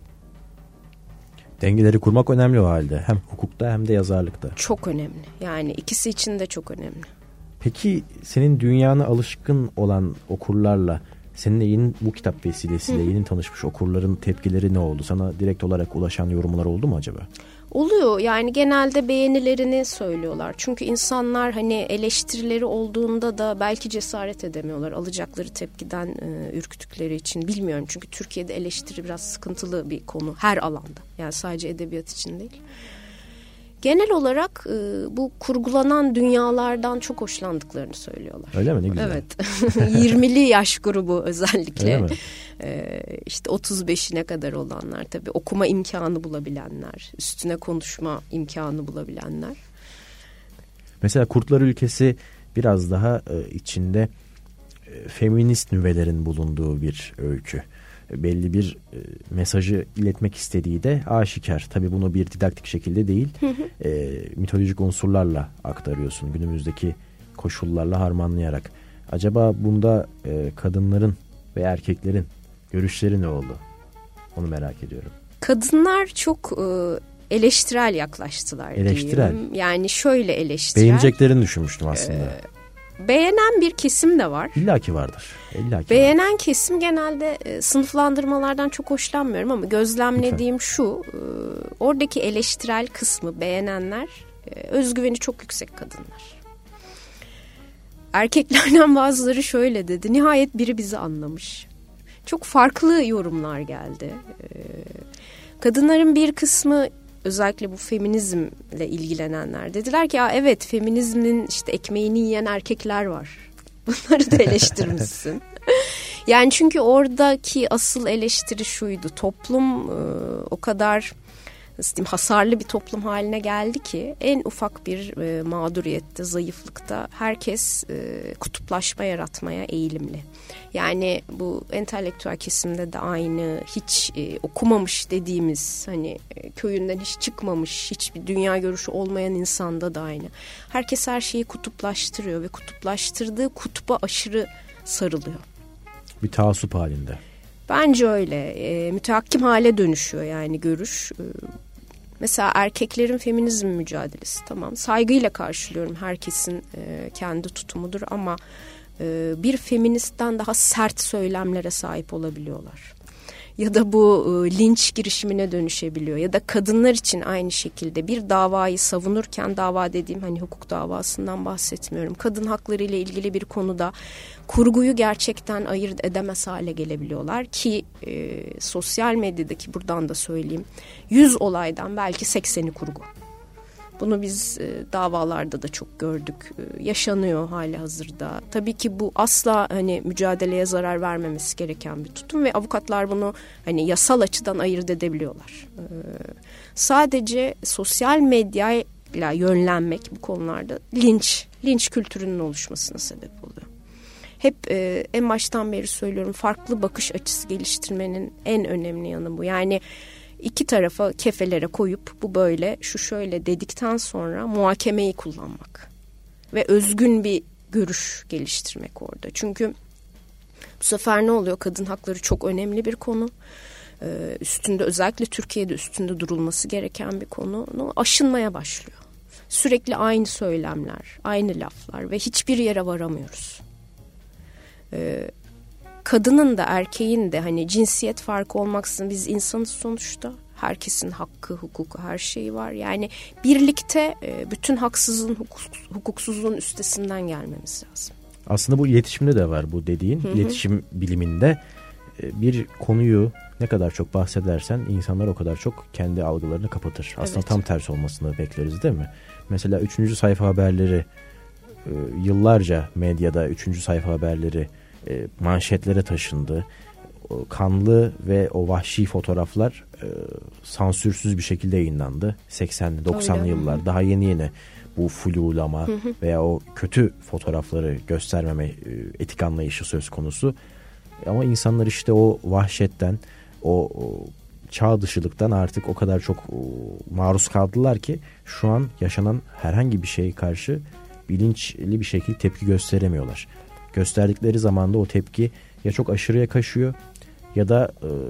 Dengeleri kurmak önemli o halde. Hem hukukta hem de yazarlıkta. Çok önemli. Yani ikisi için de çok önemli. Peki senin dünyana alışkın olan okurlarla, seninle yeni bu kitap vesilesiyle Hı. yeni tanışmış okurların tepkileri ne oldu? Sana direkt olarak ulaşan yorumlar oldu mu acaba? Oluyor. Yani genelde beğenilerini söylüyorlar. Çünkü insanlar hani eleştirileri olduğunda da belki cesaret edemiyorlar. Alacakları tepkiden e, ürktükleri için. Bilmiyorum. Çünkü Türkiye'de eleştiri biraz sıkıntılı bir konu. Her alanda. Yani sadece edebiyat için değil. Genel olarak e, bu kurgulanan dünyalardan çok hoşlandıklarını söylüyorlar. Öyle mi? Ne güzel. Evet. yirmili yaş grubu özellikle. Öyle mi? E, işte otuz beşine kadar olanlar tabii, okuma imkanı bulabilenler, üstüne konuşma imkanı bulabilenler. Mesela Kurtlar Ülkesi biraz daha e, içinde e, feminist nüvelerin bulunduğu bir öykü. Belli bir e, mesajı iletmek istediği de aşikar. Tabii bunu bir didaktik şekilde değil, hı hı. E, mitolojik unsurlarla aktarıyorsun. Günümüzdeki koşullarla harmanlayarak. Acaba bunda e, kadınların ve erkeklerin görüşleri ne oldu? Onu merak ediyorum. Kadınlar çok e, eleştirel yaklaştılar. Eleştirel. Diyeyim. Yani şöyle eleştirel. Beğeneceklerini düşünmüştüm aslında. E, Beğenen bir kesim de var. İlla ki vardır. İlla ki Beğenen vardır. kesim genelde e, sınıflandırmalardan çok hoşlanmıyorum ama gözlemlediğim Lütfen. şu. E, oradaki eleştirel kısmı beğenenler e, özgüveni çok yüksek kadınlar. Erkeklerden bazıları şöyle dedi. Nihayet biri bizi anlamış. Çok farklı yorumlar geldi. E, kadınların bir kısmı, özellikle bu feminizmle ilgilenenler dediler ki ya evet, feminizmin işte ekmeğini yiyen erkekler var. Bunları da eleştirmişsin. Yani çünkü oradaki asıl eleştiri şuydu. Toplum e, o kadar nasıl diyeyim, hasarlı bir toplum haline geldi ki en ufak bir e, mağduriyette, zayıflıkta herkes e, kutuplaşma yaratmaya eğilimli. Yani bu entelektüel kesimde de aynı, hiç e, okumamış dediğimiz, hani e, köyünden hiç çıkmamış, hiçbir dünya görüşü olmayan insanda da aynı. Herkes her şeyi kutuplaştırıyor ve kutuplaştırdığı kutba aşırı sarılıyor. Bir taassup halinde. Bence öyle. E, mütehakkim hale dönüşüyor yani görüş. E, mesela erkeklerin feminizm mücadelesi, tamam, saygıyla karşılıyorum, herkesin e, kendi tutumudur ama e, bir feministten daha sert söylemlere sahip olabiliyorlar. Ya da bu e, linç girişimine dönüşebiliyor. Ya da kadınlar için aynı şekilde bir davayı savunurken, dava dediğim hani hukuk davasından bahsetmiyorum. Kadın hakları ile ilgili bir konuda kurguyu gerçekten ayırt edemez hale gelebiliyorlar ki e, sosyal medyadaki, buradan da söyleyeyim, yüz olaydan belki sekseni kurgu. Bunu biz e, davalarda da çok gördük. E, yaşanıyor hali hazırda. Tabii ki bu asla hani mücadeleye zarar vermemesi gereken bir tutum ve avukatlar bunu hani yasal açıdan ayırt edebiliyorlar. E, sadece sosyal medyayla yönlenmek bu konularda linç, linç kültürünün oluşmasına sebep oluyor. Hep e, en baştan beri söylüyorum, farklı bakış açısı geliştirmenin en önemli yanı bu. Yani İki tarafa kefelere koyup bu böyle, şu şöyle dedikten sonra muhakemeyi kullanmak ve özgün bir görüş geliştirmek orada. Çünkü bu sefer ne oluyor? Kadın hakları çok önemli bir konu. Ee, üstünde, özellikle Türkiye'de üstünde durulması gereken bir konu. Aşınmaya başlıyor. Sürekli aynı söylemler, aynı laflar ve hiçbir yere varamıyoruz. Ee, Kadının da erkeğin de hani cinsiyet farkı olmaksızın biz insanız sonuçta. Herkesin hakkı, hukuku, her şeyi var. Yani birlikte bütün haksızlığın, hukuksuzluğun üstesinden gelmemiz lazım. Aslında bu iletişimde de var bu dediğin. Hı hı. İletişim biliminde bir konuyu ne kadar çok bahsedersen insanlar o kadar çok kendi algılarını kapatır. Aslında evet. tam tersi olmasını bekleriz değil mi? Mesela üçüncü sayfa haberleri, yıllarca medyada üçüncü sayfa haberleri manşetlere taşındı. Kanlı ve o vahşi fotoğraflar sansürsüz bir şekilde yayınlandı. seksenli doksanlı yıllar daha yeni yeni bu flulama veya o kötü fotoğrafları göstermeme etik anlayışı söz konusu. Ama insanlar işte o vahşetten, o, o çağ dışılıktan artık o kadar çok o, maruz kaldılar ki şu an yaşanan herhangi bir şeye karşı bilinçli bir şekilde tepki gösteremiyorlar. Gösterdikleri zaman da o tepki ya çok aşırıya kaçıyor ya da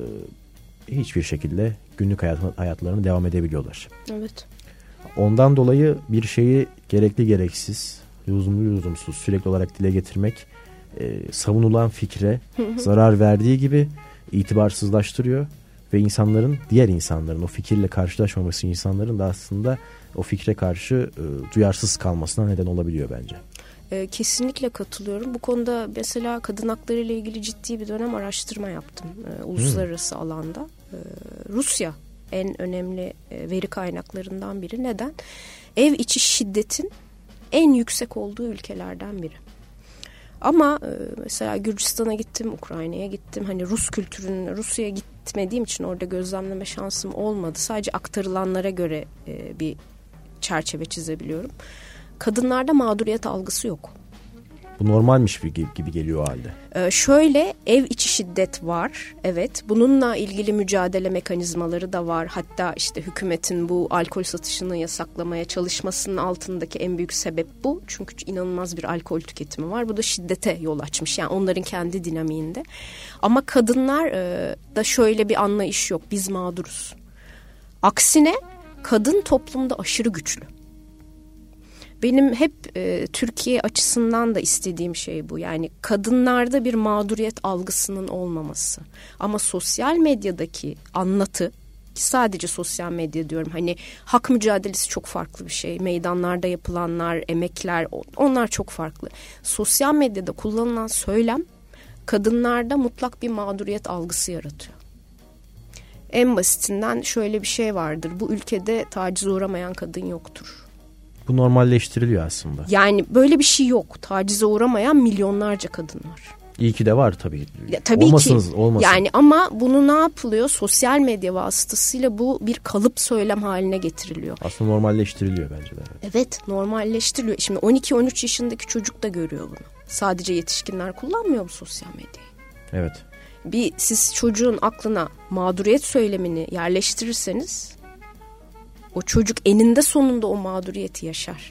e, hiçbir şekilde günlük hayat, hayatlarına devam edebiliyorlar. Evet. Ondan dolayı bir şeyi gerekli gereksiz, lüzumlu lüzumsuz sürekli olarak dile getirmek e, savunulan fikre zarar verdiği gibi itibarsızlaştırıyor ve insanların, diğer insanların o fikirle karşılaşmaması insanların da aslında o fikre karşı e, duyarsız kalmasına neden olabiliyor bence. E, kesinlikle katılıyorum. Bu konuda mesela kadın hakları ile ilgili ciddi bir dönem araştırma yaptım e, uluslararası hmm. alanda. E, Rusya en önemli e, veri kaynaklarından biri. Neden? Ev içi şiddetin en yüksek olduğu ülkelerden biri. Ama e, mesela Gürcistan'a gittim, Ukrayna'ya gittim. Hani Rus kültürünün, Rusya'ya gitmediğim için orada gözlemleme şansım olmadı. Sadece aktarılanlara göre e, bir çerçeve çizebiliyorum. Kadınlarda mağduriyet algısı yok. Bu normalmiş gibi geliyor o halde. Ee, şöyle ev içi şiddet var. Evet. Bununla ilgili mücadele mekanizmaları da var. Hatta işte hükümetin bu alkol satışını yasaklamaya çalışmasının altındaki en büyük sebep bu. Çünkü inanılmaz bir alkol tüketimi var. Bu da şiddete yol açmış. Yani onların kendi dinamiğinde. Ama kadınlar e, da şöyle bir anlayış yok. Biz mağduruz. Aksine kadın toplumda aşırı güçlü. Benim hep e, Türkiye açısından da istediğim şey bu. Yani kadınlarda bir mağduriyet algısının olmaması. Ama sosyal medyadaki anlatı, sadece sosyal medya diyorum. Hani hak mücadelesi çok farklı bir şey. Meydanlarda yapılanlar, emekler, onlar çok farklı. Sosyal medyada kullanılan söylem kadınlarda mutlak bir mağduriyet algısı yaratıyor. En basitinden şöyle bir şey vardır. Bu ülkede tacize uğramayan kadın yoktur. Bu normalleştiriliyor aslında. Yani böyle bir şey yok. Tacize uğramayan milyonlarca kadın var. İyi ki de var tabii. Ya, tabii Olmasınız, ki. Olmasın. Yani ama bunu ne yapılıyor? Sosyal medya vasıtasıyla bu bir kalıp söylem haline getiriliyor. Aslında normalleştiriliyor bence de. Evet, normalleştiriliyor. Şimdi on iki on üç yaşındaki çocuk da görüyor bunu. Sadece yetişkinler kullanmıyor bu sosyal medyayı. Evet. Bir siz çocuğun aklına mağduriyet söylemini yerleştirirseniz o çocuk eninde sonunda o mağduriyeti yaşar.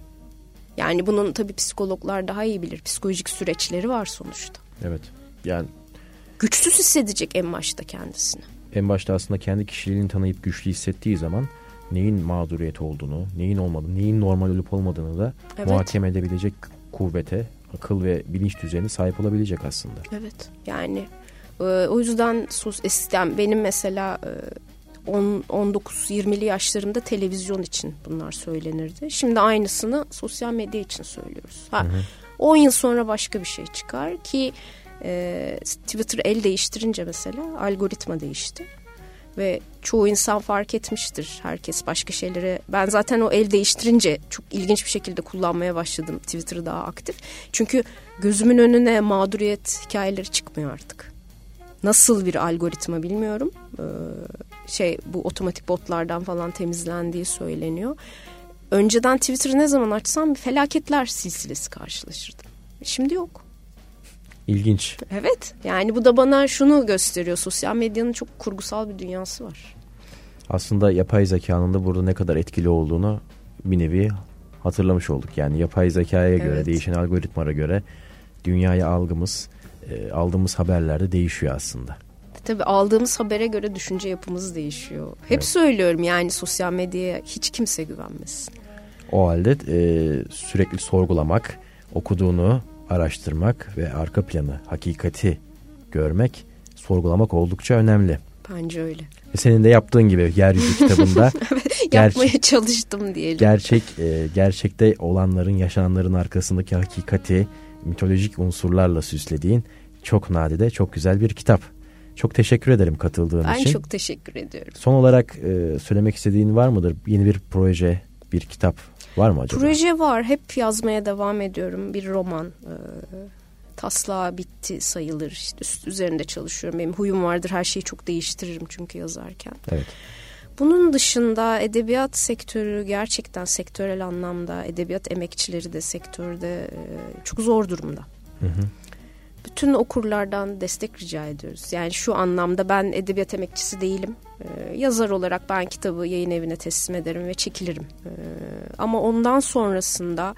Yani bunun tabii psikologlar daha iyi bilir. Psikolojik süreçleri var sonuçta. Evet. Yani güçsüz hissedecek en başta kendisini. En başta aslında kendi kişiliğini tanıyıp güçlü hissettiği zaman neyin mağduriyet olduğunu, neyin olmadığını, neyin normal olup olmadığını da evet. muhakeme edebilecek kuvvete, akıl ve bilinç düzeyine sahip olabilecek aslında. Evet. Yani e, o yüzden sos, yani benim mesela e, on dokuz yirmili yaşlarımda televizyon için bunlar söylenirdi. Şimdi aynısını sosyal medya için söylüyoruz. Ha, hı hı. on yıl sonra başka bir şey çıkar ki e, Twitter el değiştirince mesela algoritma değişti. Ve çoğu insan fark etmiştir. Herkes başka şeylere... Ben zaten o el değiştirince çok ilginç bir şekilde kullanmaya başladım Twitter'ı daha aktif. Çünkü gözümün önüne mağduriyet hikayeleri çıkmıyor artık. Nasıl bir algoritma bilmiyorum. Ee, şey bu otomatik botlardan falan temizlendiği söyleniyor. Önceden Twitter'ı ne zaman açsam felaketler silsilesi karşılaşırdım. Şimdi yok. İlginç. Evet. Yani bu da bana şunu gösteriyor. Sosyal medyanın çok kurgusal bir dünyası var. Aslında yapay zekanın da burada ne kadar etkili olduğunu bir nevi hatırlamış olduk. Yani yapay zekaya göre, evet. değişen algoritmalara göre dünyaya algımız, e, aldığımız haberlerde değişiyor aslında. Tabii aldığımız habere göre düşünce yapımız değişiyor. Hep evet. söylüyorum yani sosyal medyaya hiç kimse güvenmesin. O halde e, sürekli sorgulamak, okuduğunu araştırmak ve arka planı, hakikati görmek, sorgulamak oldukça önemli. Bence öyle. Ve senin de yaptığın gibi Yeryüzü kitabında yapmaya gerçek, çalıştım diyelim. Gerçek, e, gerçekte olanların, yaşananların arkasındaki hakikati mitolojik unsurlarla süslediğin çok nadide, çok güzel bir kitap. Çok teşekkür ederim katıldığın ben için. Ben çok teşekkür ediyorum. Son olarak e, söylemek istediğin var mıdır? Yeni bir proje, bir kitap var mı acaba? Proje var. Hep yazmaya devam ediyorum. Bir roman. E, taslağı bitti sayılır. İşte üst üzerinde çalışıyorum. Benim huyum vardır. Her şeyi çok değiştiririm çünkü yazarken. Evet. Bunun dışında edebiyat sektörü gerçekten sektörel anlamda edebiyat emekçileri de sektörde e, çok zor durumda. Hı hı. Bütün okurlardan destek rica ediyoruz. Yani şu anlamda ben edebiyat emekçisi değilim. Ee, yazar olarak ben kitabı yayın evine teslim ederim ve çekilirim. Ee, ama ondan sonrasında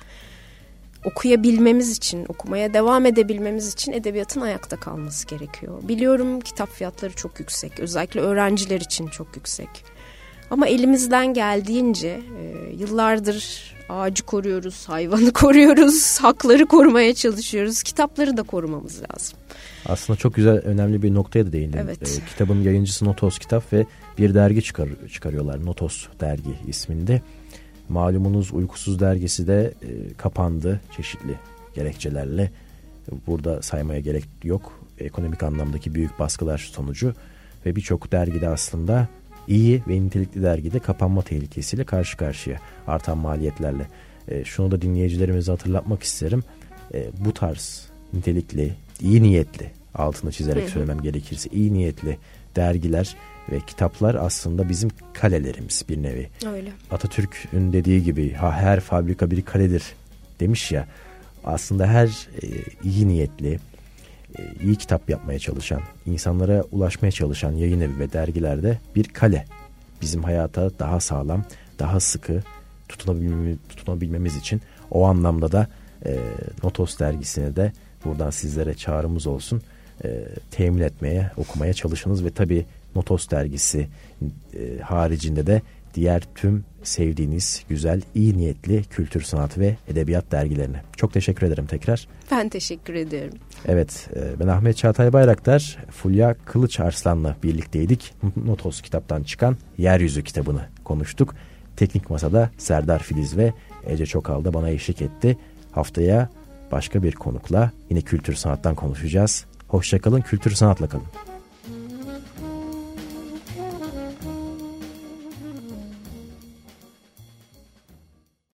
okuyabilmemiz için, okumaya devam edebilmemiz için edebiyatın ayakta kalması gerekiyor. Biliyorum kitap fiyatları çok yüksek. Özellikle öğrenciler için çok yüksek. Ama elimizden geldiğince e, yıllardır ağacı koruyoruz, hayvanı koruyoruz, hakları korumaya çalışıyoruz. Kitapları da korumamız lazım. Aslında çok güzel, önemli bir noktaya da değindin. Evet. Ee, kitabın yayıncısı Notos Kitap ve bir dergi çıkar, çıkarıyorlar. Notos Dergi isminde. Malumunuz Uykusuz Dergisi de e, kapandı çeşitli gerekçelerle. Burada saymaya gerek yok. Ekonomik anlamdaki büyük baskılar sonucu ve birçok dergide aslında iyi ve nitelikli dergide kapanma tehlikesiyle karşı karşıya, artan maliyetlerle. E, şunu da dinleyicilerimize hatırlatmak isterim. E, bu tarz nitelikli, iyi niyetli, altını çizerek söylemem gerekirse iyi niyetli dergiler ve kitaplar aslında bizim kalelerimiz bir nevi. Öyle. Atatürk'ün dediği gibi ha, her fabrika bir kaledir demiş ya, aslında her e, iyi niyetli, e, iyi kitap yapmaya çalışan, insanlara ulaşmaya çalışan yayın evi ve dergilerde bir kale. Bizim hayata daha sağlam, daha sıkı tutunabilmemiz, tutunabilmemiz için o anlamda da e, Notos dergisine de buradan sizlere çağrımız olsun. E, temin etmeye, okumaya çalışınız ve tabii Notos dergisi e, haricinde de diğer tüm sevdiğiniz güzel, iyi niyetli kültür, sanat ve edebiyat dergilerine. Çok teşekkür ederim tekrar. Ben teşekkür ederim. Evet, e, ben Ahmet Çağatay Bayraktar, Fulya Kılıçarslan'la birlikteydik. Notos kitaptan çıkan Yeryüzü kitabını konuştuk. Teknik Masa'da Serdar Filiz ve Ece Çokal da bana eşlik etti. Haftaya başka bir konukla yine kültür sanattan konuşacağız. Hoşça kalın, kültür sanatla kalın.